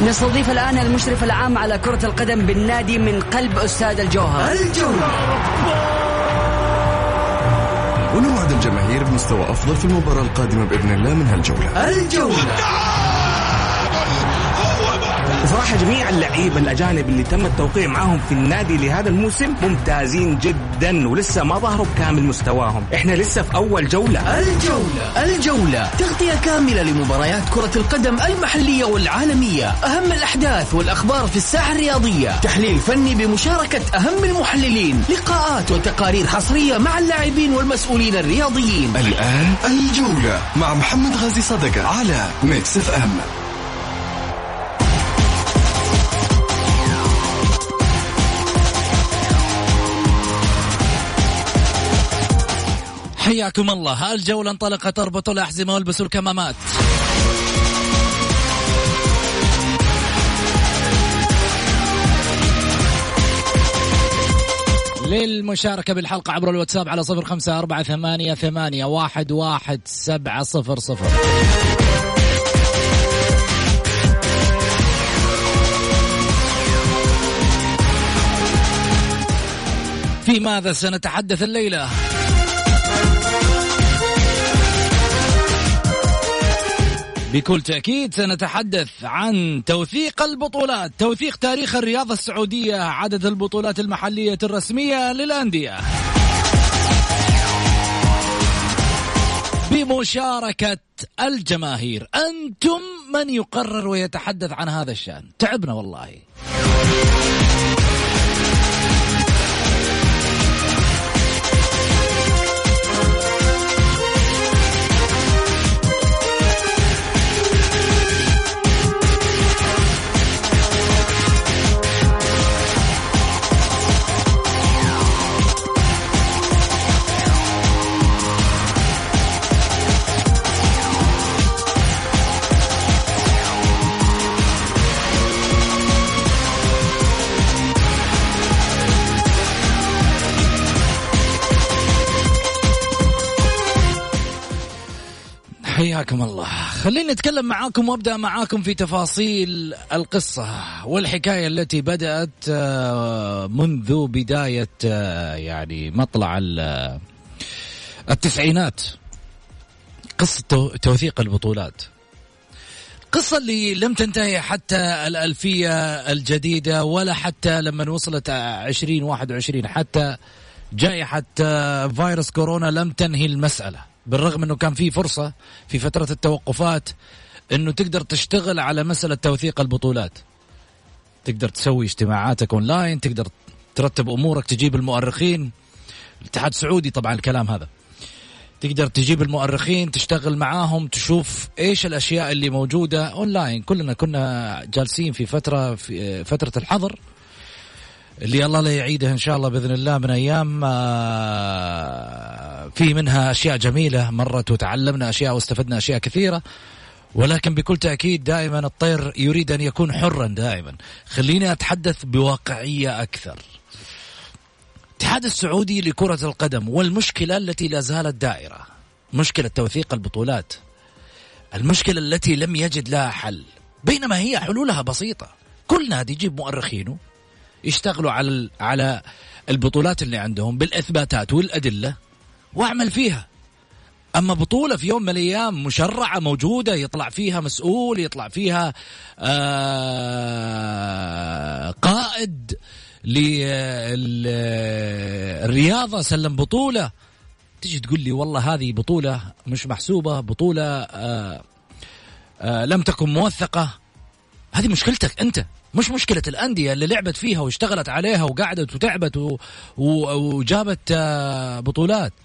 نستضيف الآن المشرف العام على كرة القدم بالنادي من قلب أستاذ الجوهر. الجولة. ونوعد الجماهير بمستوى أفضل في المباراة القادمة بإذن الله من هالجولة. الجولة. بصراحة جميع اللعيبة الأجانب اللي تم التوقيع معهم في النادي لهذا الموسم ممتازين جدا ولسه ما ظهروا بكامل مستواهم. احنا لسه في أول جولة. الجولة تغطية كاملة لمباريات كرة القدم المحلية والعالمية، أهم الأحداث والأخبار في الساحة الرياضية، تحليل فني بمشاركة أهم المحللين، لقاءات وتقارير حصرية مع اللاعبين والمسؤولين الرياضيين. الآن الجولة مع محمد غازي صدقة على ميكس اف ام. حياكم الله. الجولة انطلقت. اربطوا الأحزمة والبسوا الكمامات. للمشاركة بالحلقة عبر الواتساب على 0548811700. في ماذا سنتحدث الليلة؟ بكل تأكيد سنتحدث عن توثيق البطولات، توثيق تاريخ الرياضة السعودية، عدد البطولات المحلية الرسمية للأندية بمشاركة الجماهير. أنتم من يقرر ويتحدث عن هذا الشأن. تعبنا والله. حياكم الله. خليني نتكلم معاكم وابدأ معاكم في تفاصيل القصة والحكاية التي بدأت منذ بداية يعني مطلع التسعينات. قصة توثيق البطولات، قصة اللي لم تنتهي حتى الألفية الجديدة ولا حتى لما وصلت 2021، حتى جائحة فيروس كورونا لم تنهي المسألة، بالرغم أنه كان في فرصة في فترة التوقفات أنه تقدر تشتغل على مسألة توثيق البطولات. تقدر تسوي اجتماعاتك أونلاين، تقدر ترتب أمورك، تجيب المؤرخين. الاتحاد السعودي طبعا الكلام هذا، تقدر تجيب المؤرخين تشتغل معاهم، تشوف إيش الأشياء اللي موجودة أونلاين. كلنا كنا جالسين في فترة الحظر اللي الله لا يعيدها إن شاء الله بإذن الله من أيام. في منها أشياء جميلة مرت وتعلمنا أشياء واستفدنا أشياء كثيرة، ولكن بكل تأكيد دائما الطير يريد أن يكون حرا دائما. خليني أتحدث بواقعية أكثر. الاتحاد السعودي لكرة القدم والمشكلة التي لا زالت دائرة، مشكلة توثيق البطولات، المشكلة التي لم يجد لها حل، بينما هي حلولها بسيطة. كل نادي يجيب مؤرخينه يشتغلوا على البطولات اللي عندهم بالإثباتات والأدلة واعمل فيها. أما بطولة في يوم من الأيام مشرعة موجودة يطلع فيها مسؤول، يطلع فيها قائد للرياضة سلم بطولة، تيجي تقول لي والله هذه بطولة مش محسوبة، بطولة لم تكن موثقة. هذه مشكلتك أنت، مش مشكلة الأندية اللي لعبت فيها واشتغلت عليها وقعدت وتعبت وجابت بطولات.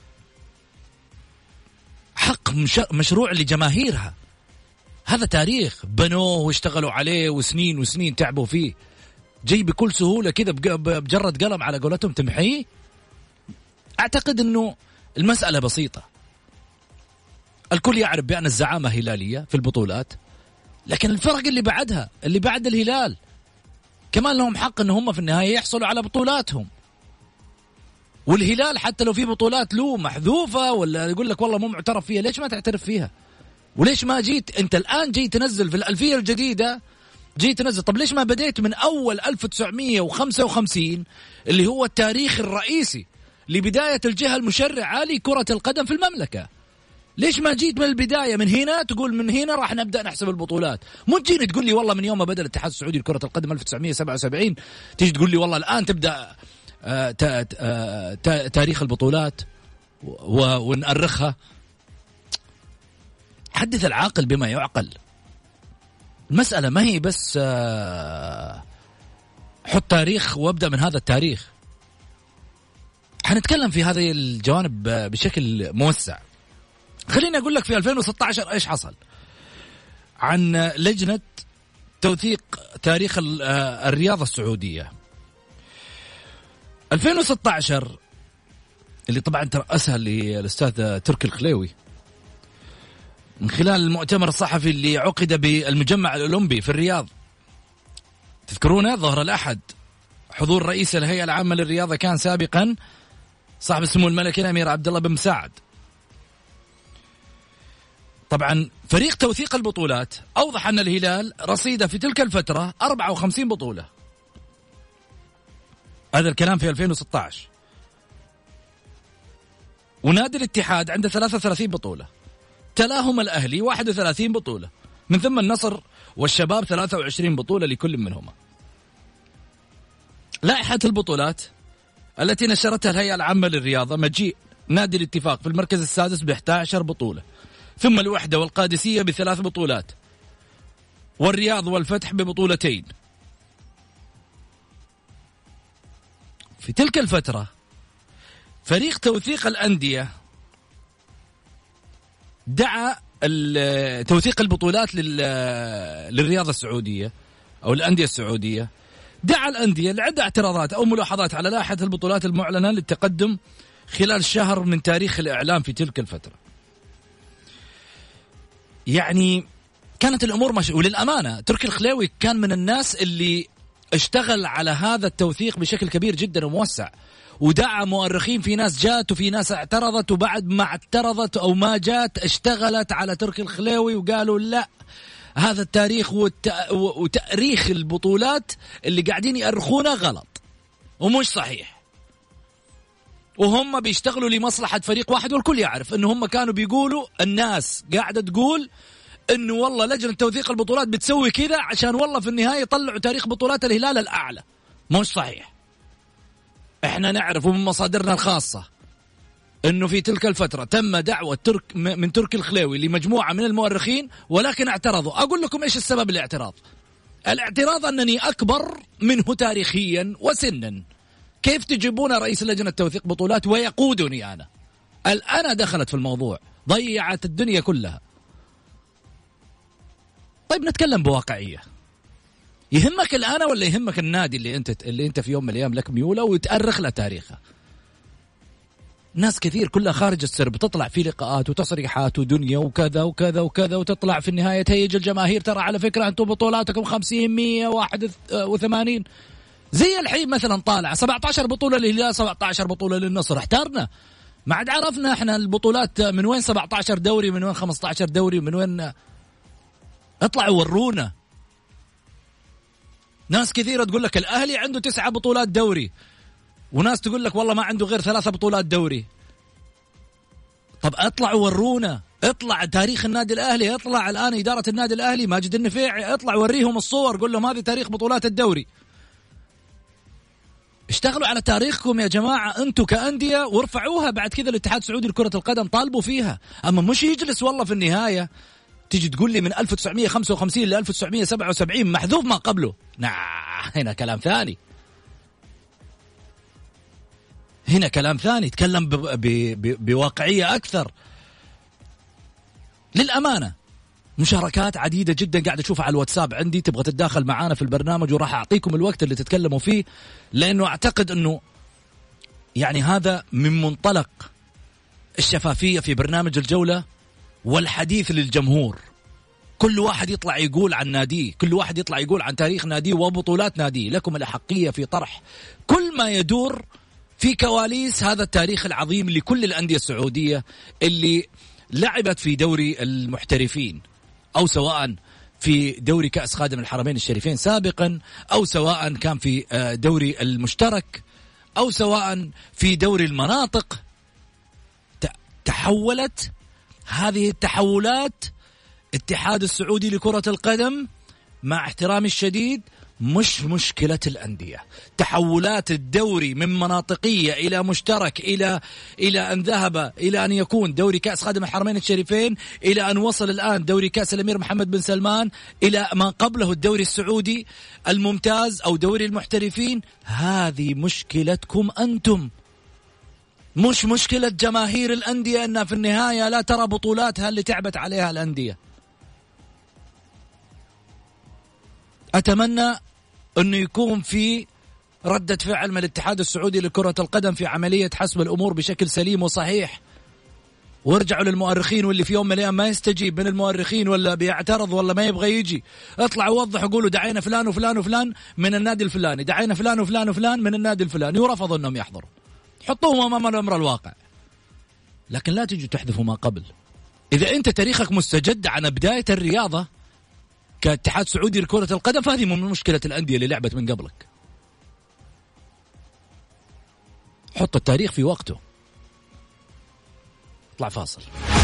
حق مشروع لجماهيرها، هذا تاريخ بنوه واشتغلوا عليه وسنين وسنين تعبوا فيه، جاي بكل سهولة كذا بجرد قلم على قولتهم تمحيه. أعتقد أنه المسألة بسيطة. الكل يعرف بأن الزعامة هلالية في البطولات، لكن الفرق اللي بعدها اللي بعد الهلال كمان لهم حق أن هم في النهاية يحصلوا على بطولاتهم. والهلال حتى لو في بطولات له محذوفة ولا يقول لك والله مو معترف فيها، ليش ما تعترف فيها؟ وليش ما جيت أنت الآن جاي تنزل في الألفية الجديدة جيت تنزل. طب ليش ما بديت من أول 1955 اللي هو التاريخ الرئيسي لبداية الجهة المشرعة لكرة القدم في المملكة؟ ليش ما جيت من البداية من هنا تقول من هنا راح نبدأ نحسب البطولات؟ مو تجيني تقول لي والله من يوم ما بدأ الاتحاد السعودي لكرة القدم 1977 تيجي تقول لي والله الآن تبدأ تاريخ البطولات ونأرخها. حدث العاقل بما يعقل. المسألة ما هي بس حط تاريخ وابدأ من هذا التاريخ. حنتكلم في هذه الجوانب بشكل موسع. خليني أقول لك في 2016 إيش حصل عن لجنة توثيق تاريخ الرياضة السعودية. 2016 اللي طبعا ترأسها الأستاذ تركي الخليوي من خلال المؤتمر الصحفي اللي عقد بالمجمع الأولمبي في الرياض. تذكرونه ظهر الأحد حضور رئيس الهيئة العامة للرياضة كان سابقا صاحب السمو الملكي الأمير عبد الله بن مساعد. طبعا فريق توثيق البطولات أوضح أن الهلال رصيده في تلك الفترة 54 بطولة. هذا الكلام في 2016. ونادي الاتحاد عنده 33 بطولة، تلاهم الأهلي 31 بطولة، من ثم النصر والشباب 23 بطولة لكل منهما. لائحة البطولات التي نشرتها الهيئة العامة للرياضة مجيء نادي الاتفاق في المركز السادس ب11 بطولة، ثم الوحدة والقادسية ب3 بطولات، والرياض والفتح ببطولتين. في تلك الفترة فريق توثيق الأندية دعا توثيق البطولات للرياضة السعودية أو الأندية السعودية، دعا الأندية لعدة اعتراضات أو ملاحظات على لائحة البطولات المعلنة للتقدم خلال شهر من تاريخ الإعلام في تلك الفترة. يعني كانت الأمور ماشية. وللأمانة تركي الخليوي كان من الناس اللي اشتغل على هذا التوثيق بشكل كبير جدا وموسع، ودعا مؤرخين، في ناس جات وفي ناس اعترضت، وبعد ما اعترضت أو ما جات اشتغلت على تركي الخليوي وقالوا لا، هذا التاريخ وتأريخ البطولات اللي قاعدين يأرخونه غلط ومش صحيح، وهم بيشتغلوا لمصلحة فريق واحد. والكل يعرف أنه هم كانوا بيقولوا، الناس قاعدة تقول أنه والله لجنة توثيق البطولات بتسوي كذا عشان والله في النهاية يطلعوا تاريخ بطولات الهلال الأعلى. مش صحيح. احنا نعرف من مصادرنا الخاصة أنه في تلك الفترة تم دعوة من تركي الخليوي لمجموعة من المؤرخين، ولكن اعترضوا. أقول لكم إيش السبب الاعتراض. الاعتراض أنني أكبر منه تاريخيا وسنا. كيف تجيبون رئيس لجنة توثيق بطولات ويقودني أنا؟ الآن دخلت في الموضوع، ضيعت الدنيا كلها. طيب نتكلم بواقعية. يهمك الآن ولا يهمك النادي اللي أنت في يوم من الأيام لك ميولة وتأرخ له تاريخه؟ ناس كثير كلها خارج السرب تطلع في لقاءات وتصريحات ودنيا وكذا وكذا وكذا، وتطلع في النهاية تهيج الجماهير، ترى على فكرة أنتم بطولاتكم 50 181. زي الحين مثلا طالع 17 بطولة للهلال 17 بطولة للنصر. احتارنا، ما عاد عرفنا احنا البطولات من وين 17 دوري من وين 15 دوري من وين. اطلعوا ورونا. ناس كثيرة تقول لك الأهلي عنده 9 بطولات دوري، وناس تقول لك والله ما عنده غير 3 بطولات دوري. طب اطلعوا ورونا، اطلع تاريخ النادي الأهلي، اطلع الآن إدارة النادي الأهلي ماجد النفيعي، اطلع وريهم الصور، قول لهم هذه تاريخ بطولات الدوري. اشتغلوا على تاريخكم يا جماعة أنتوا كأندية، وارفعوها بعد كذا الاتحاد السعودي لكرة القدم، طالبوا فيها. أما مش يجلس والله في النهاية تيجي تقول لي من 1955 ل 1977 محذوف ما قبله. هنا كلام ثاني. هنا كلام ثاني، تكلم بواقعية أكثر. للأمانة مشاركات عديدة جدا قاعد أشوفها على الواتساب عندي، تبغى تتداخل معانا في البرنامج وراح أعطيكم الوقت اللي تتكلموا فيه، لأنه أعتقد أنه يعني هذا من منطلق الشفافية في برنامج الجولة والحديث للجمهور. كل واحد يطلع يقول عن ناديه، كل واحد يطلع يقول عن تاريخ ناديه وبطولات ناديه. لكم الأحقية في طرح كل ما يدور في كواليس هذا التاريخ العظيم لكل الأندية السعودية اللي لعبت في دوري المحترفين، أو سواء في دوري كأس خادم الحرمين الشريفين سابقا، أو سواء كان في دوري المشترك، أو سواء في دوري المناطق. تحولت هذه التحولات. الاتحاد السعودي لكرة القدم مع احترامي الشديد مش مشكلة الأندية. تحولات الدوري من مناطقية إلى مشترك، إلى أن ذهب إلى أن يكون دوري كأس خادم الحرمين الشريفين، إلى أن وصل الآن دوري كأس الأمير محمد بن سلمان، إلى ما قبله الدوري السعودي الممتاز أو دوري المحترفين. هذه مشكلتكم أنتم، مش مشكلة جماهير الأندية أنها في النهاية لا ترى بطولاتها اللي تعبت عليها الأندية. أتمنى أنه يكون في ردة فعل من الاتحاد السعودي لكرة القدم في عملية حسم الأمور بشكل سليم وصحيح، وارجعوا للمؤرخين، واللي في يوم من الأيام ما يستجيب من المؤرخين ولا بيعترض ولا ما يبغى يجي، اطلعوا وضحوا قولوا دعينا فلان وفلان وفلان من النادي الفلاني، دعينا فلان وفلان وفلان من النادي الفلاني، ورفضوا أنهم يحضروا. حطوهم أمام الأمر الواقع، لكن لا تجوا تحذفوا ما قبل. إذا أنت تاريخك مستجد عن بداية الرياضة كاتحاد سعودي لكرة القدم، فهذه من مشكلة الأندية اللي لعبت من قبلك. حط التاريخ في وقته. اطلع فاصل.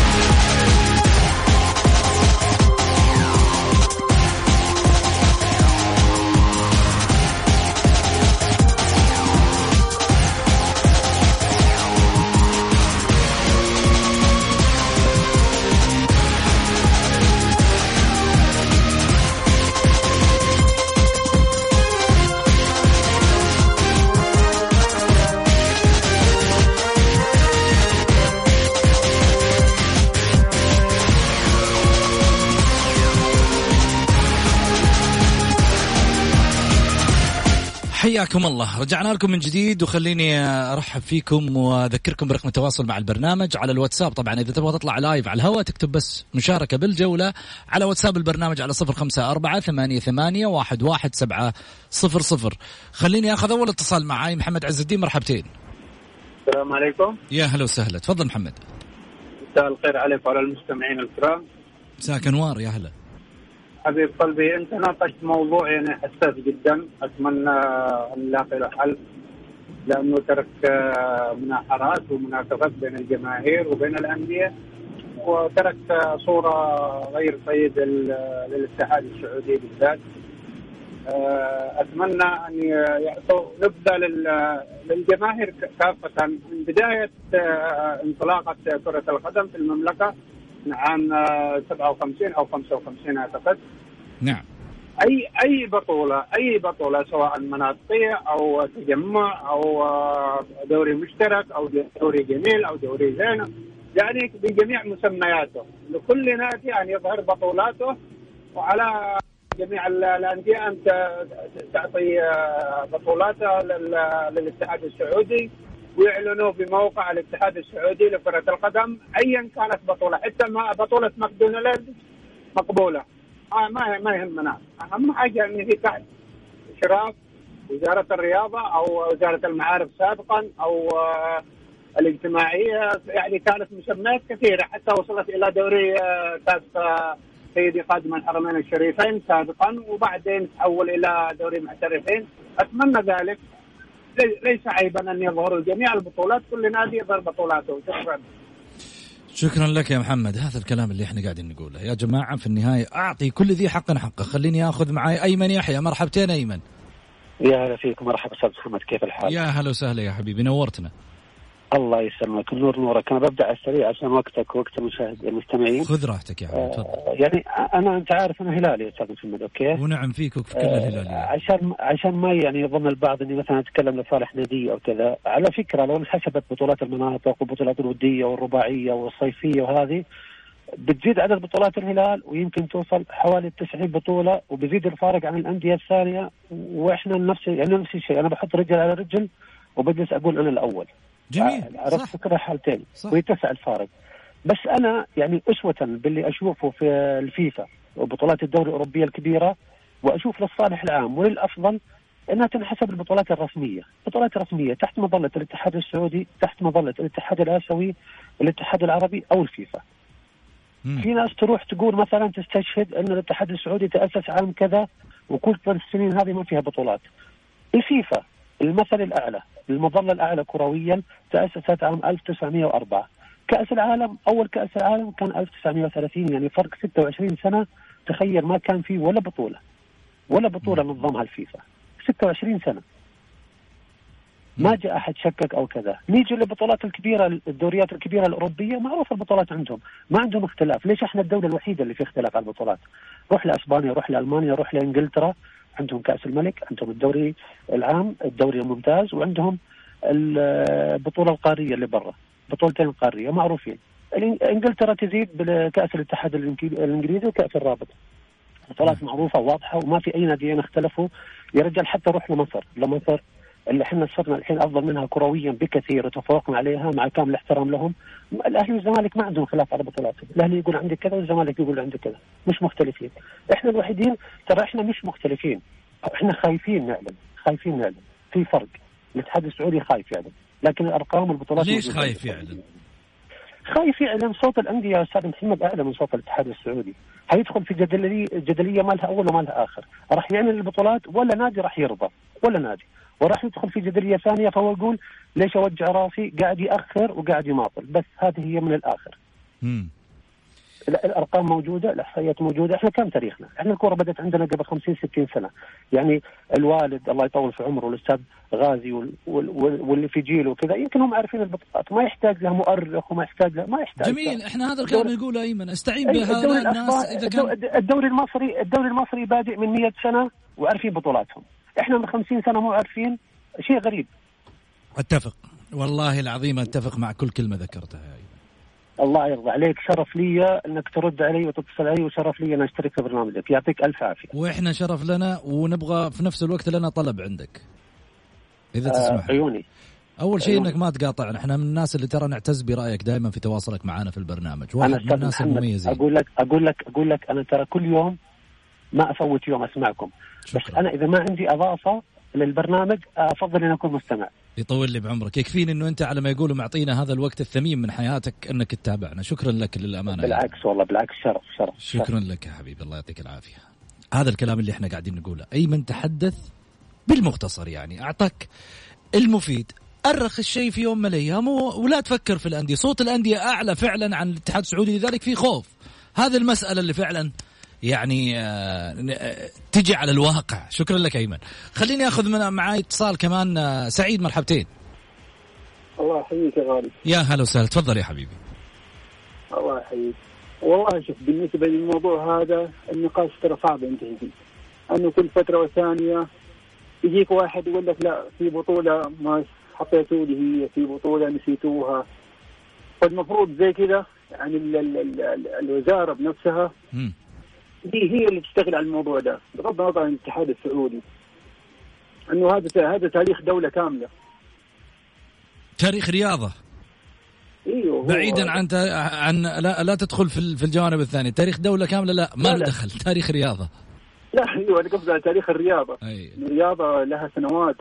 حياكم الله، رجعنا لكم من جديد، وخليني أرحب فيكم وأذكركم برقم التواصل مع البرنامج على الواتساب. طبعا إذا تبغى تطلع لايف على الهواء تكتب بس مشاركة بالجولة على واتساب البرنامج على 0548811700. خليني أخذ أول اتصال معاي محمد عز الدين. مرحبتين. السلام عليكم. يا هلا وسهلا، تفضل محمد. مساء الخير عليك وعلى المستمعين الكرام. مساك انوار. يا هلا حبيب قلبي، انت ناقشت موضوع يعني حساس جدا، اتمنى ان نلاقي له حل، لانه ترك مناحرات ومناكفات بين الجماهير وبين الانديه، وترك صوره غير طيبه للاتحاد السعودي بالذات. اتمنى ان يعطوا نبذه للجماهير كافه من بدايه انطلاقه كره القدم في المملكه عام 57 أو 55 أعتقد. نعم. أي بطولة سواء مناطقية أو تجمع أو دوري مشترك أو دوري جميل أو دوري زين، يعني بجميع مسمياته، لكل نادي أن يظهر بطولاته، وعلى جميع الأندية أن تعطي بطولاتها للاتحاد السعودي، ويعلنوا بموقع الاتحاد السعودي لكرة القدم أيا كانت بطولة، حتى ما بطولة ماكدونالدز مقبولة، ما يهمنا. أهم حاجة أن في تحت إشراف وزارة الرياضة أو وزارة المعارف سابقا أو الاجتماعية، يعني كانت مسميات كثيرة حتى وصلت إلى دوري كأس سيدي خادم الحرمين الشريفين سابقا، وبعدين تحول إلى دوري محترفين. أتمنى ذلك، ليس عيبا أن يظهروا جميع البطولات، كل نادي يظهر بطولاته. شكرا لك يا محمد. هذا الكلام اللي احنا قاعدين نقوله يا جماعة، في النهاية أعطي كل ذي حق حقه. خليني أخذ معي أيمن يحيى. مرحبتين أيمن. يا هلا فيك. مرحبا أستاذ محمد، كيف الحال؟ يا هلا وسهلا يا حبيبي، نورتنا. الله يسلمك، نور نورك. أنا ببدأ على السريع عشان وقتك ووقت المستمعين. خذ راحتك يا حبيبي، تفضل. يعني أنت عارف أنا هلالي أستاذ محمد، أوكي؟ ونعم فيك وفي كل الهلالية. عشان ما يعني يظن البعض إني مثلا أتكلم لصالح نادي أو كذا. على فكرة لو انحسبت بطولات المناطق والبطولات الودية والرباعية والصيفية وهذه، بتزيد عدد بطولات الهلال ويمكن توصل حوالي 90 بطولة، وبزيد الفارق عن الأندية الثانية. وإحنا نفس الشيء، أنا بحط رجل على رجل وبجلس أقول أنا الأول. جميل. عرفت فكرة حالتين ويتسع الفارق. بس أنا يعني أسوة باللي أشوفه في الفيفا وبطولات الدوري الأوروبية الكبيرة، وأشوف للصالح العام وللأفضل أنها تنحسب البطولات الرسمية، بطولات رسمية تحت مظلة الاتحاد السعودي، تحت مظلة الاتحاد الآسيوي، الاتحاد العربي أو الفيفا. في ناس تروح تقول مثلا تستشهد أن الاتحاد السعودي تأسس عام كذا وكل 3 سنين هذه ما فيها بطولات. الفيفا المثل الأعلى، المظلة الأعلى كرويا، تأسست عام 1904. كأس العالم، أول كأس العالم كان 1930، يعني فرق 26 سنة. تخيل ما كان فيه ولا بطولة نظمها الفيفا 26 سنة. ما جاء أحد شكك أو كذا. نيجي للبطولات الكبيرة، الدوريات الكبيرة الأوروبية، معروف البطولات عندهم ما عندهم اختلاف. ليش احنا الدولة الوحيدة اللي في اختلاف على البطولات؟ روح لأسبانيا، روح لألمانيا، روح لإنجلترا، عندهم كأس الملك، عندهم الدوري العام، الدوري الممتاز، وعندهم البطولة القارية اللي برا، بطولتين القارية معروفين. إنجلترا تزيد بكأس الاتحاد الإنجليزي وكأس الرابط. بطولات معروفة واضحة وما في أي ناديين اختلفوا. يا رجال حتى روح لمصر اللي احنا صرنا الحين أفضل منها كرويا بكثير وتفوقنا عليها مع كامل الاحترام لهم. الأهلي والزمالك ما عندهم خلاف على بطولاتهم، الأهلي يقول عندك كذا والزمالك يقول عندك كذا، مش مختلفين. احنا الوحيدين، ترى احنا مش مختلفين، احنا خايفين نعلن في فرق. الاتحاد السعودي خايف يعلن، لكن الأرقام والبطولات ليش خايف يعلن؟ خايف يعلن صوت الأندية يا أستاذ محمد أعلى من صوت الاتحاد السعودي. هيدخل في جدلية ما لها أول وما لها آخر. راح يعلن البطولات ولا نادي راح يرضى ولا نادي، وراح يدخل في جدلية ثانية. فهو يقول ليش أوجع راسي، قاعد يأخر وقاعد يماطل. بس هذه هي من الآخر. الأرقام موجودة، الإحصائيات موجودة. إحنا كم تاريخنا؟ إحنا الكرة بدأت عندنا قبل 50-60 سنة. يعني الوالد الله يطول في عمره الأستاذ غازي واللي في جيله وكذا يمكن هم عارفين البطولات، ما يحتاج له مؤرخ وما يحتاج له، ما يحتاج. جميل. إحنا هذا الكلام نقوله أيمن، استعين بهؤلاء الناس. إذا كان الدوري المصري بادئ من 100 سنة وعارفين بطولاتهم، إحنا من 50 سنة مو عارفين. شيء غريب. أتفق والله العظيم، أتفق مع كل كلمة ذكرتها يا أيمن. الله يرضى عليك، شرف لي انك ترد علي وتتصل علي، وشرف لي ان اشترك في برنامجك. يعطيك الف عافيه. واحنا شرف لنا، ونبغى في نفس الوقت لنا طلب عندك اذا تسمح. عيوني. اول شيء انك ما تقاطعنا، احنا من الناس اللي ترى نعتز برايك دائما في تواصلك معنا في البرنامج، واحد من الناس المميزين. اقول لك انا ترى كل يوم ما افوت يوم اسمعكم. شكرا. بس انا اذا ما عندي اضافه للبرنامج افضل ان اكون مستمع. يطول لي بعمرك، يكفيني انه انت على ما يقولوا معطينا هذا الوقت الثمين من حياتك انك تتابعنا. شكرا لك للامانه. بالعكس والله بالعكس، شرف. شكرا لك يا حبيبي، الله يعطيك العافيه. هذا الكلام اللي احنا قاعدين نقوله. ايمن تحدث بالمختصر، يعني اعطاك المفيد، أرخ الشيء في يوم من الايام، ولا تفكر في الانديه. صوت الانديه اعلى فعلا عن الاتحاد السعودي، لذلك في خوف. هذه المساله اللي فعلا يعني تجي على الواقع. شكرا لك أيمن. خليني أخذ معاي اتصال كمان. سعيد، مرحبتين. الله يحييك يا غالي. يا هلا وسهلا، تفضل يا حبيبي. الله يحييك. والله شوف، بالنسبة للموضوع هذا النقاش ترى صعب ينتهي فيه، أنه كل فترة وثانية يجيك واحد يقول لك لا في بطولة ما حطيتوا لي، هي في بطولة نسيتوها. فالمفروض زي كذا يعني الوزارة بنفسها هي اللي تشتغل على الموضوع ده، بغض النظر عن الاتحاد السعودي، انه هذا تاريخ دولة كاملة، تاريخ رياضة. ايوه، بعيدا عن لا تدخل في الجوانب الثانية. تاريخ دولة كاملة لا ما له دخل، تاريخ رياضة. لا ايوه، انا قصدي على تاريخ الرياضة. الرياضة لها سنوات.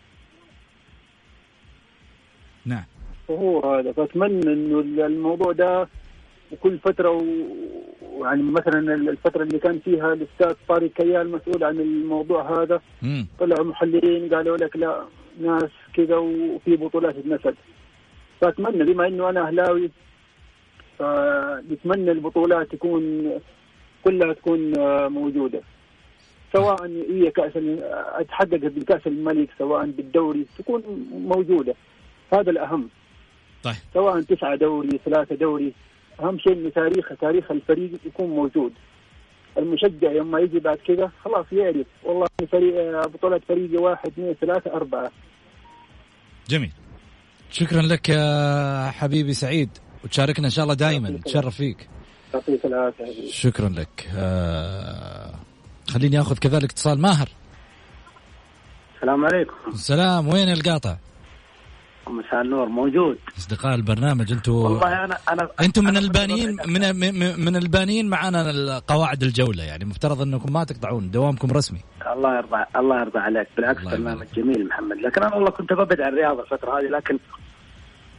نعم. وهو هذا، فاتمنى انه الموضوع ده وكل فترة يعني مثلا الفترة اللي كان فيها الأستاذ طارق كيال مسؤول عن الموضوع هذا، طلعوا محللين قالوا لك لا ناس كذا وفي بطولات اتنسد. فأتمنى بما إنه أنا أهلاوي، فنتمنى البطولات كلها تكون موجودة، سواء هي اتحققت بالكأس الملك سواء بالدوري تكون موجودة. هذا الأهم. طيب. سواء 9 دوري 3 دوري، أهم شيء إنه تاريخ الفريق يكون موجود. المشجع لما يجي بعد كذا خلاص يعرف والله بطولة فريق 1 2 3 4. جميل. شكرا لك يا حبيبي سعيد، وتشاركنا إن شاء الله دائما، نتشرف فيك. يعطيك العافية. شكرا لك. خليني أخذ كذلك اتصال. ماهر، السلام عليكم. السلام. وين القاطع؟ مساء النور. موجود. اصدقاء البرنامج انتم والله انتم من البانيين من البانيين معانا قواعد الجوله، يعني مفترض انكم ما تقطعون، دوامكم رسمي. الله يرضى عليك، بالعكس برنامج جميل محمد. لكن انا والله كنت ببعد عن الرياضه الفتره هذه، لكن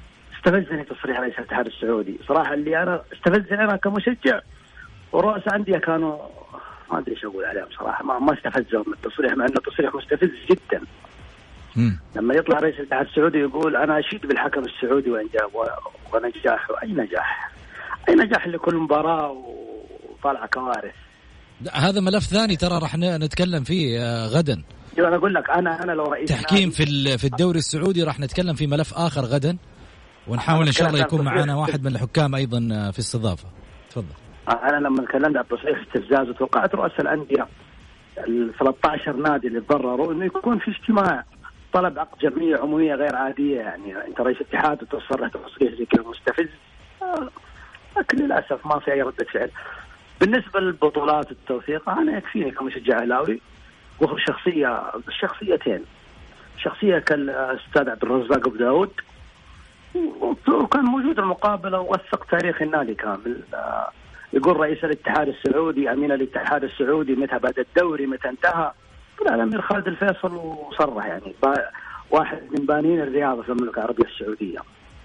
استفزني تصريح رئيس الاتحاد السعودي صراحة، اللي أنا استفزني أنا كمشجع، ورؤساء أندية كانوا ما أدري إيش أقول عليهم صراحة، ما استفزهم من التصريح، مع أنه تصريح مستفز جدا. لما يطلع رئيس الاتحاد السعودي يقول أنا أشيد بالحكم السعودي وإنجاب ونجاح، أي نجاح؟ أي نجاح لكل مباراة وطالع كوارث. هذا ملف ثاني ترى راح نتكلم فيه غدا. أنا أقول لك أنا لو رئيس تحكيم في الدوري السعودي راح نتكلم في ملف آخر غدا، ونحاول إن شاء الله يكون معنا واحد من الحكام أيضا في استضافة. تفضل. أنا لما تكلمت عن تصريح استفزاز وتوقعت رؤساء الأندية ال 13 نادي اللي تضرروا إنه يكون في اجتماع طلب عقد جمعية عمومية غير عادية. يعني أنت رئيس اتحاد وتصرح تصريح زي كذا مستفز، لكن للأسف ما في أي ردة فعل. بالنسبة للبطولات التوثيق أنا يكفيني كمشجع أهلاوي وهو شخصيتين، شخصية كالأستاذ عبد الرزاق أبو داود، وكان موجود المقابلة ووثق تاريخ النادي كامل. يقول رئيس الاتحاد السعودي أمين الاتحاد السعودي متى بدأ الدوري متى انتهى، طلع الأمير خالد الفيصل وصرح يعني واحد من بانين الرياضة في المملكة العربية السعودية.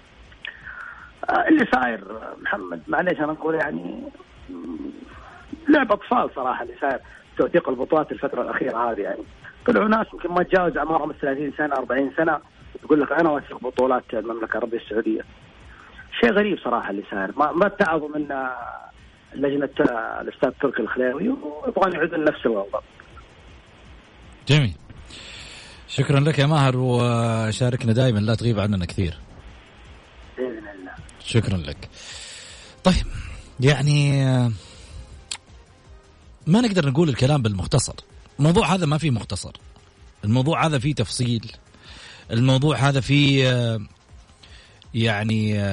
اللي صاير محمد معليش أنا أقول يعني لعب أطفال صراحة، اللي صاير توثيق البطولات الفترة الأخيرة هذه. يعني طلعوا ناس يمكن ما تجاوز أعمارهم 30 سنة 40 سنة يقول لك أنا أوثق بطولات المملكة العربية السعودية. شيء غريب صراحة اللي صاير. ما اتعظوا من لجنة الأستاذ تركي الخليوي ويبغون يعيدون نفس الوضع. جميل، شكرا لك يا ماهر، وشاركنا دائما، لا تغيب عننا كثير. بإذن الله. شكرا لك. طيب يعني ما نقدر نقول الكلام بالمختصر، الموضوع هذا ما فيه مختصر، الموضوع هذا فيه تفصيل، الموضوع هذا فيه يعني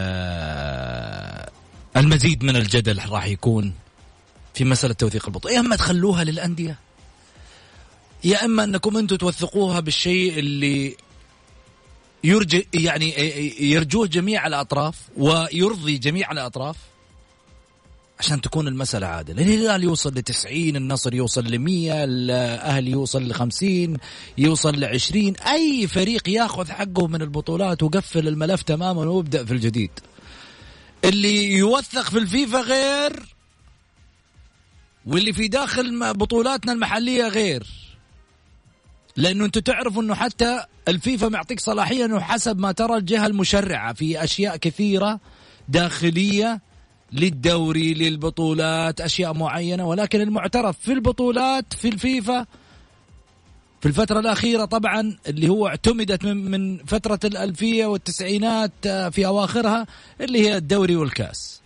المزيد من الجدل راح يكون في مسألة توثيق البطولة. يا إما تخلوها للأندية، يا إما أنكم أنتم توثقوها بالشيء اللي يرجى يعني يرجوه جميع الأطراف ويرضي جميع الأطراف عشان تكون المسألة عادلة. الهلال يوصل ل90، النصر يوصل ل100، الأهلي يوصل ل50، يوصل ل20، أي فريق ياخذ حقه من البطولات وقفل الملف تماما وابدأ في الجديد. اللي يوثق في الفيفا غير، واللي في داخل بطولاتنا المحلية غير، لأنه أنتوا تعرفوا أنه حتى الفيفا معطيك صلاحية أنه حسب ما ترى الجهة المشرعة في أشياء كثيرة داخلية للدوري للبطولات أشياء معينة، ولكن المعترف في البطولات في الفيفا في الفترة الأخيرة طبعا اللي هو اعتمدت من فترة الألفية والتسعينات في أواخرها اللي هي الدوري والكاس.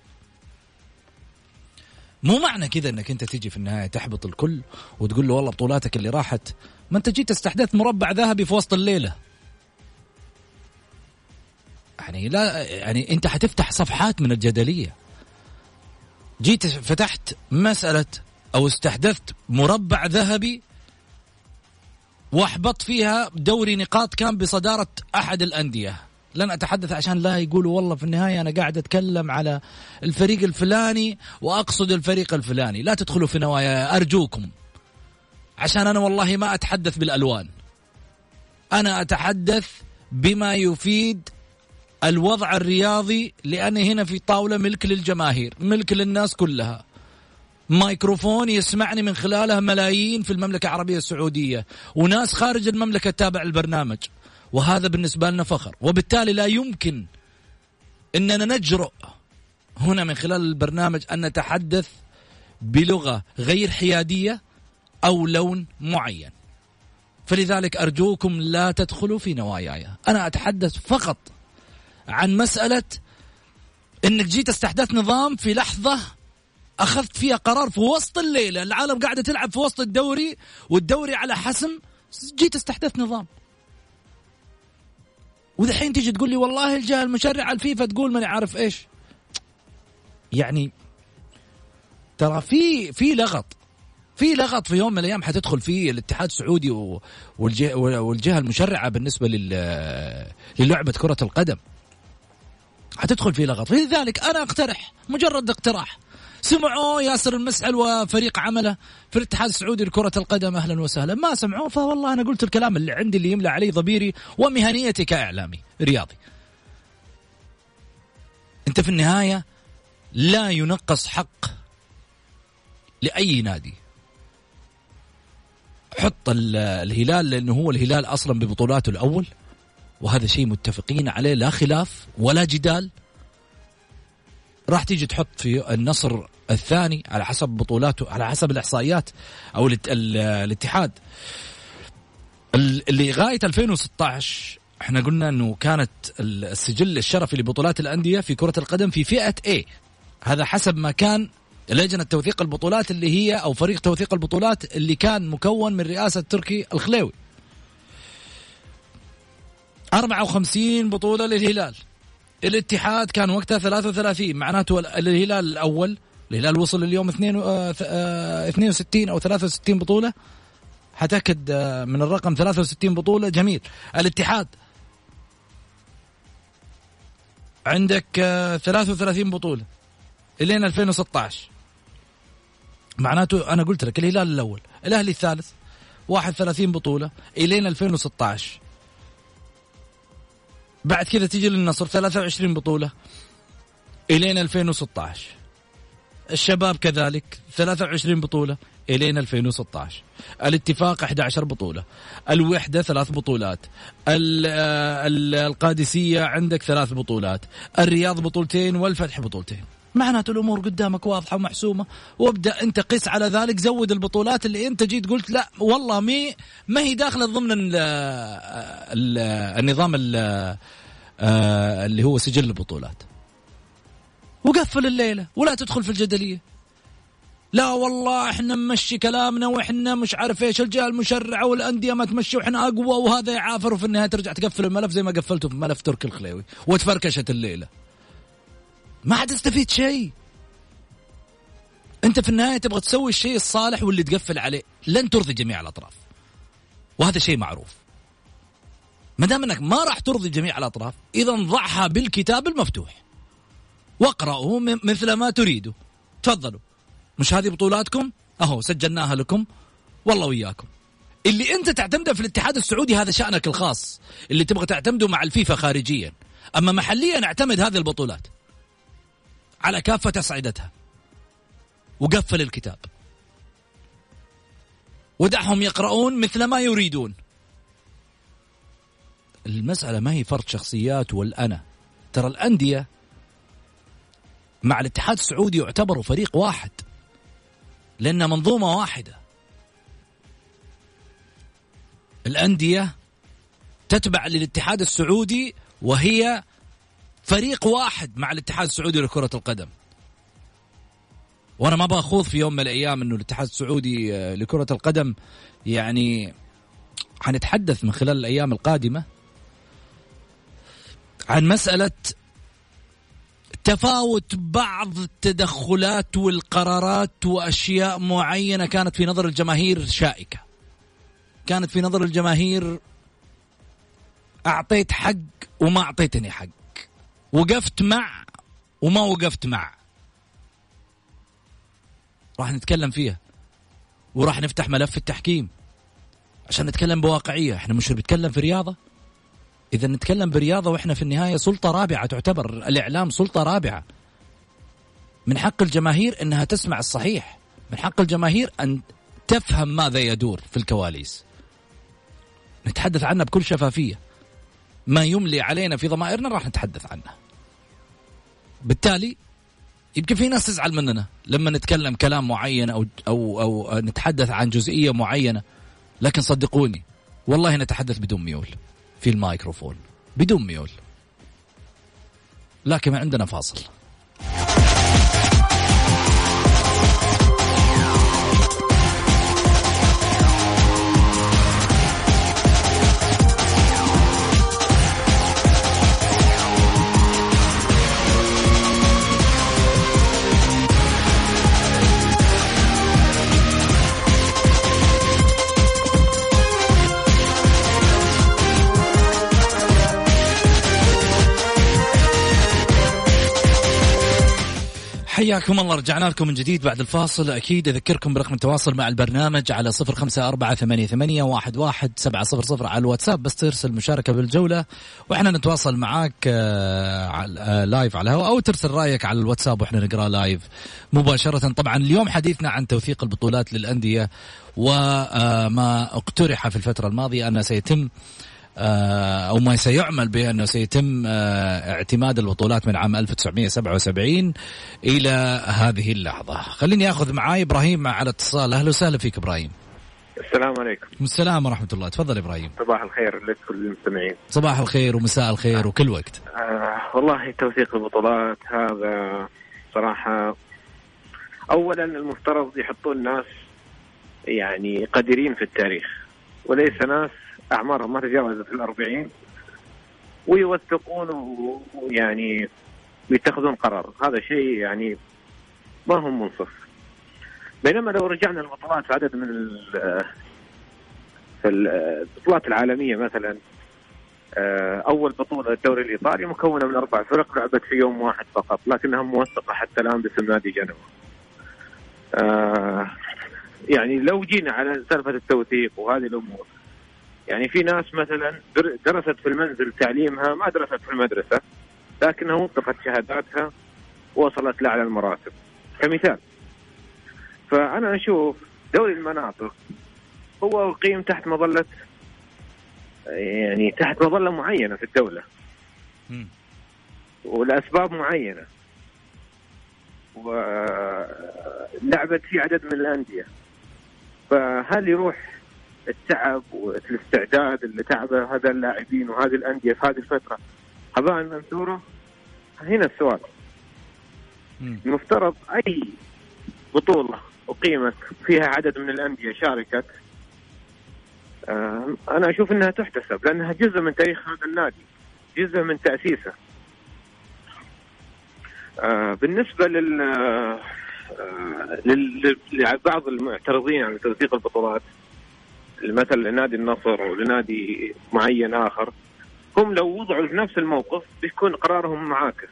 مو معنى كذا أنك أنت تيجي في النهاية تحبط الكل وتقول له والله بطولاتك اللي راحت، ما أنت جيت استحدث مربع ذهبي في وسط الليلة. يعني لا، يعني أنت حتفتح صفحات من الجدلية. جيت فتحت مسألة أو استحدثت مربع ذهبي واحبط فيها دوري نقاط كان بصدارة أحد الأندية. لن أتحدث عشان لا يقولوا والله في النهاية أنا قاعد أتكلم على الفريق الفلاني وأقصد الفريق الفلاني. لا تدخلوا في نوايا أرجوكم، عشان أنا والله ما أتحدث بالألوان، أنا أتحدث بما يفيد الوضع الرياضي، لأن هنا في طاولة ملك للجماهير، ملك للناس كلها، مايكروفون يسمعني من خلالها ملايين في المملكة العربية السعودية وناس خارج المملكة تتابع البرنامج، وهذا بالنسبة لنا فخر. وبالتالي لا يمكن أننا نجرؤ هنا من خلال البرنامج أن نتحدث بلغة غير حيادية أو لون معين. فلذلك أرجوكم لا تدخلوا في نواياي. أنا أتحدث فقط عن مسألة أنك جيت استحدث نظام في لحظة أخذت فيها قرار في وسط الليلة، العالم قاعدة تلعب في وسط الدوري والدوري على حسم، جيت استحدث نظام. وذحين تيجي تقول لي والله الجهة المشرعة الفيفا تقول من يعرف إيش. يعني ترى في لغط في يوم من الأيام حتدخل فيه الاتحاد السعودي والجهة المشرعة بالنسبة للعبة كرة القدم، حتدخل فيه لغط. لذلك أنا أقترح مجرد اقتراح، سمعوا ياسر المسعل وفريق عمله في الاتحاد السعودي لكرة القدم أهلا وسهلا، ما سمعوا فوالله أنا قلت الكلام اللي عندي اللي يملأ عليه ضبيري ومهنيتي كإعلامي رياضي. أنت في النهاية لا ينقص حق لأي نادي. حط الهلال لأنه هو الهلال أصلا ببطولاته الأول، وهذا شيء متفقين عليه لا خلاف ولا جدال. راح تيجي تحط في النصر الثاني على حسب بطولاته، على حسب الإحصائيات أو الاتحاد اللي غاية 2016 احنا قلنا أنه كانت السجل الشرفي لبطولات الأندية في كرة القدم في فئة A. هذا حسب ما كان لجنة توثيق البطولات اللي هي أو فريق توثيق البطولات اللي كان مكون من رئاسة تركي الخليوي. 54 بطولة للهلال. الاتحاد كان وقتها 33، معناته الهلال الأول، الهلال وصل اليوم 62 أو 63 بطولة. هتأكد من الرقم 63 بطولة. جميل. الاتحاد عندك 33 بطولة إلين 2016، معناته أنا قلت لك الهلال الأول، الأهلي الثالث 31 بطولة إلين 2016. بعد كذا تيجي للنصر 23 بطولة إلين 2016. الشباب كذلك 23 بطولة إلين 2016. الاتفاق 11 بطولة. الوحدة 3 بطولات. القادسية عندك 3 بطولات. الرياض بطولتين والفتح بطولتين. معناته الأمور قدامك واضحة ومحسومة، وابدأ أنت قس على ذلك، زود البطولات اللي أنت جيت قلت لا والله ما هي داخلة ضمن النظام اللي هو سجل البطولات، وقفل الليلة ولا تدخل في الجدلية. لا والله احنا نمشي كلامنا واحنا مش عارف ايش، الجهة المشرعة والأندية ما تمشي واحنا أقوى وهذا يعافر، وفي النهاية ترجع تقفل الملف زي ما قفلته في ملف تركي الخليوي وتفركشت الليلة. ما حتستفيد شيء. انت في النهاية تبغى تسوي الشيء الصالح واللي تقفل عليه، لن ترضي جميع الأطراف، وهذا شيء معروف. ما دام انك ما راح ترضي جميع الأطراف، إذا ضعها بالكتاب المفتوح واقرأوا مثل ما تريدوا. تفضلوا، مش هذه بطولاتكم؟ أهو سجلناها لكم والله وياكم. اللي أنت تعتمده في الاتحاد السعودي هذا شأنك الخاص، اللي تبغى تعتمده مع الفيفا خارجيا. أما محليا اعتمد هذه البطولات على كافة أصعدتها وقفل الكتاب ودعهم يقرؤون مثل ما يريدون. المسألة ما هي فرض شخصيات والأنا. ترى الأندية مع الاتحاد السعودي يعتبروا فريق واحد، لأن منظومة واحدة. الأندية تتبع للاتحاد السعودي وهي فريق واحد مع الاتحاد السعودي لكرة القدم. وأنا ما بأخوض في يوم من الأيام أنه الاتحاد السعودي لكرة القدم، يعني هنتحدث من خلال الأيام القادمة عن مسألة تفاوت بعض التدخلات والقرارات وأشياء معينة كانت في نظر الجماهير شائكة، كانت في نظر الجماهير أعطيت حق وما أعطيتني حق، وقفت مع وما وقفت مع. راح نتكلم فيها وراح نفتح ملف التحكيم عشان نتكلم بواقعية. احنا مش بنتكلم في رياضة. إذا نتكلم برياضة وإحنا في النهاية سلطة رابعة، تعتبر الإعلام سلطة رابعة. من حق الجماهير أنها تسمع الصحيح، من حق الجماهير أن تفهم ماذا يدور في الكواليس. نتحدث عنه بكل شفافية، ما يملي علينا في ضمائرنا راح نتحدث عنه. بالتالي يمكن في ناس تزعل مننا لما نتكلم كلام معين أو نتحدث عن جزئية معينة، لكن صدقوني والله نتحدث بدون ميول في الميكروفون، بدون ميول. لكن عندنا فاصل. حياكم الله، رجعنا لكم من جديد بعد الفاصل. أكيد أذكركم برقم التواصل مع البرنامج على 0548811700 على الواتساب، بس ترسل مشاركة بالجولة وإحنا نتواصل معاك لايف على الهواء، أو ترسل رأيك على الواتساب وإحنا نقرأ لايف مباشرة. طبعا اليوم حديثنا عن توثيق البطولات للأندية، وما اقترح في الفترة الماضية أنه سيتم أو ما سيعمل بأنه سيتم اعتماد البطولات من عام 1977 إلى هذه اللحظة. خليني أخذ معاي إبراهيم على اتصال. أهلا وسهلا فيك إبراهيم. السلام عليكم. السلام ورحمة الله. تفضل إبراهيم. صباح الخير لك كل المستمعين. صباح الخير ومساء الخير وكل وقت. والله توثيق البطولات هذا صراحة أولا المفترض يحطون ناس يعني قديرين في التاريخ، وليس ناس أعمارهم ما تجاوزت 40 ويوثقون ويعني ويتخذون قرار. هذا شيء يعني ما هم منصف. بينما لو رجعنا البطولات في عدد من البطولات العالمية، مثلا أول بطولة الدوري الإيطالي مكونة من 4 فرق لعبت في يوم واحد فقط، لكنها موثقة حتى الآن باسم نادي جنوة. يعني لو جينا على سالفة التوثيق وهذه الأمور، يعني في ناس مثلا درست في المنزل تعليمها ما درست في المدرسة، لكنها وثقت شهاداتها وصلت لأعلى المراتب كمثال. فأنا أشوف دوري المناطق هو قيم تحت مظلة، يعني تحت مظلة معينة في الدولة ولأسباب معينة، ولعبت في عدد من الأندية. فهل يروح التعب والاستعداد اللي تعبه هذا اللاعبين وهذه الأندية في هذه الفترة هباء منثورة؟ هنا السؤال. المفترض أي بطولة أقيمت فيها عدد من الأندية شاركت، أنا أشوف أنها تحتسب، لأنها جزء من تاريخ هذا النادي، جزء من تأسيسه. بالنسبة لبعض المعترضين على توثيق البطولات مثل لنادي النصر ولنادي معين آخر، هم لو وضعوا في نفس الموقف بيكون قرارهم معاكس.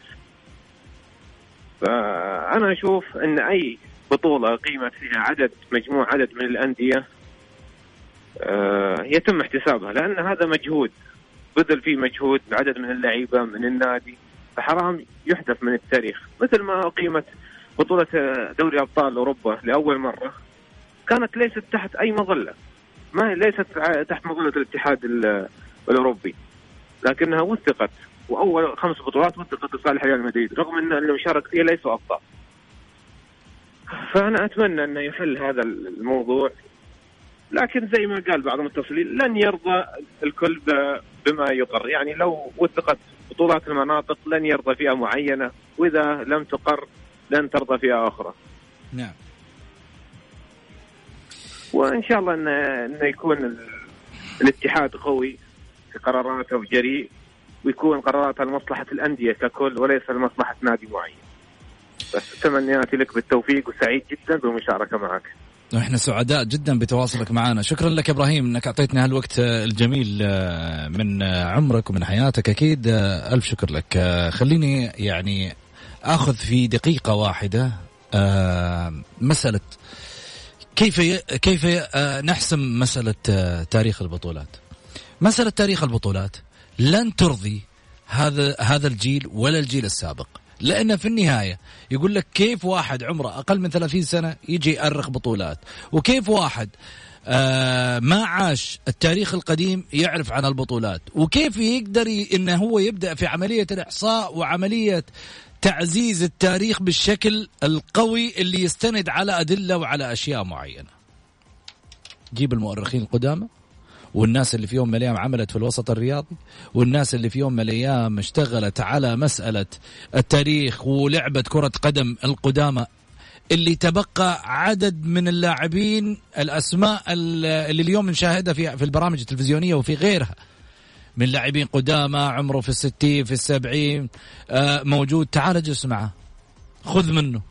فأنا أشوف أن أي بطولة قيمت فيها مجموع عدد من الأندية يتم احتسابها، لأن هذا مجهود بذل فيه مجهود عدد من اللعيبة من النادي، فحرام يحدث من التاريخ. مثل ما قيمت بطولة دوري أبطال أوروبا لأول مرة، كانت ليست تحت أي مظلة، ما ليست تحت مظلة الاتحاد الأوروبي، لكنها وثقت، وأول 5 بطولات وثقت لصالح ريال مدريد رغم أن اللي مشارك فيها ليسوا أبطال. فأنا أتمنى أن يحل هذا الموضوع، لكن زي ما قال بعض المتصلين لن يرضى الكل بما يقر. يعني لو وثقت بطولات المناطق لن يرضى فيها معينة، وإذا لم تقر لن ترضى فيها أخرى. نعم. وإن شاء الله أن يكون الاتحاد قوي في قراراته وجريء، ويكون قراراتها لمصلحة الأندية ككل وليس لمصلحة نادي معين. بس تمنياتي لك بالتوفيق، وسعيد جدا بالمشاركة معك. احنا سعداء جدا بتواصلك معنا. شكرا لك إبراهيم انك اعطيتنا هالوقت الجميل من عمرك ومن حياتك. اكيد الف شكر لك. خليني يعني اخذ في دقيقة واحدة مسألة كيف نحسم مسألة تاريخ البطولات. مسألة تاريخ البطولات لن ترضي هذا الجيل ولا الجيل السابق، لأن في النهاية يقول لك كيف واحد عمره أقل من 30 سنة يجي يأرخ بطولات، وكيف واحد ما عاش التاريخ القديم يعرف عن البطولات، وكيف يقدر إنه هو يبدأ في عملية الإحصاء وعملية تعزيز التاريخ بالشكل القوي اللي يستند على أدلة وعلى أشياء معينة. جيب المؤرخين القدامى والناس اللي في يوم من الأيام عملت في الوسط الرياضي، والناس اللي في يوم من الأيام اشتغلت على مسألة التاريخ ولعبة كرة قدم القدامى، اللي تبقى عدد من اللاعبين الأسماء اللي اليوم نشاهدها في البرامج التلفزيونية وفي غيرها من لاعبين قدامى عمره في 60 في 70 موجود. تعال اجلس معه، خذ منه،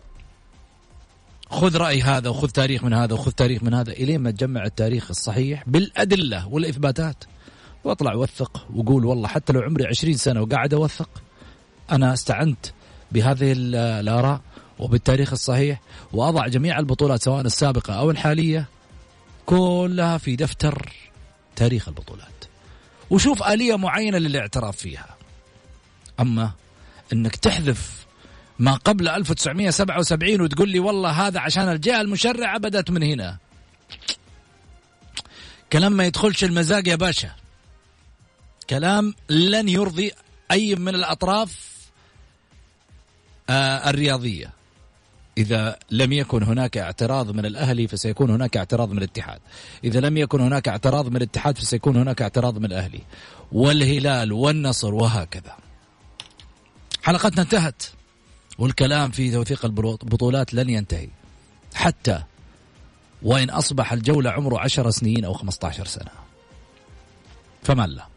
خذ رأي هذا وخذ تاريخ من هذا وخذ تاريخ من هذا، إلين ما تجمع التاريخ الصحيح بالأدلة والإثباتات، واطلع وثق وقول والله حتى لو عمري 20 سنة وقاعد أوثق أنا استعنت بهذه الآراء وبالتاريخ الصحيح، وأضع جميع البطولات سواء السابقة أو الحالية كلها في دفتر تاريخ البطولات، وشوف آلية معينة للاعتراف فيها. أما أنك تحذف ما قبل 1977 وتقول لي والله هذا عشان الجهة المشرعة بدأت من هنا، كلام ما يدخلش المزاج يا باشا، كلام لن يرضي أي من الأطراف الرياضية. إذا لم يكن هناك اعتراض من الأهلي فسيكون هناك اعتراض من الاتحاد، إذا لم يكن هناك اعتراض من الاتحاد فسيكون هناك اعتراض من الأهلي والهلال والنصر وهكذا. حلقتنا انتهت، والكلام في توثيق البطولات لن ينتهي حتى وإن أصبح الجولة عمره 10 سنين أو 15 سنة. فما الله.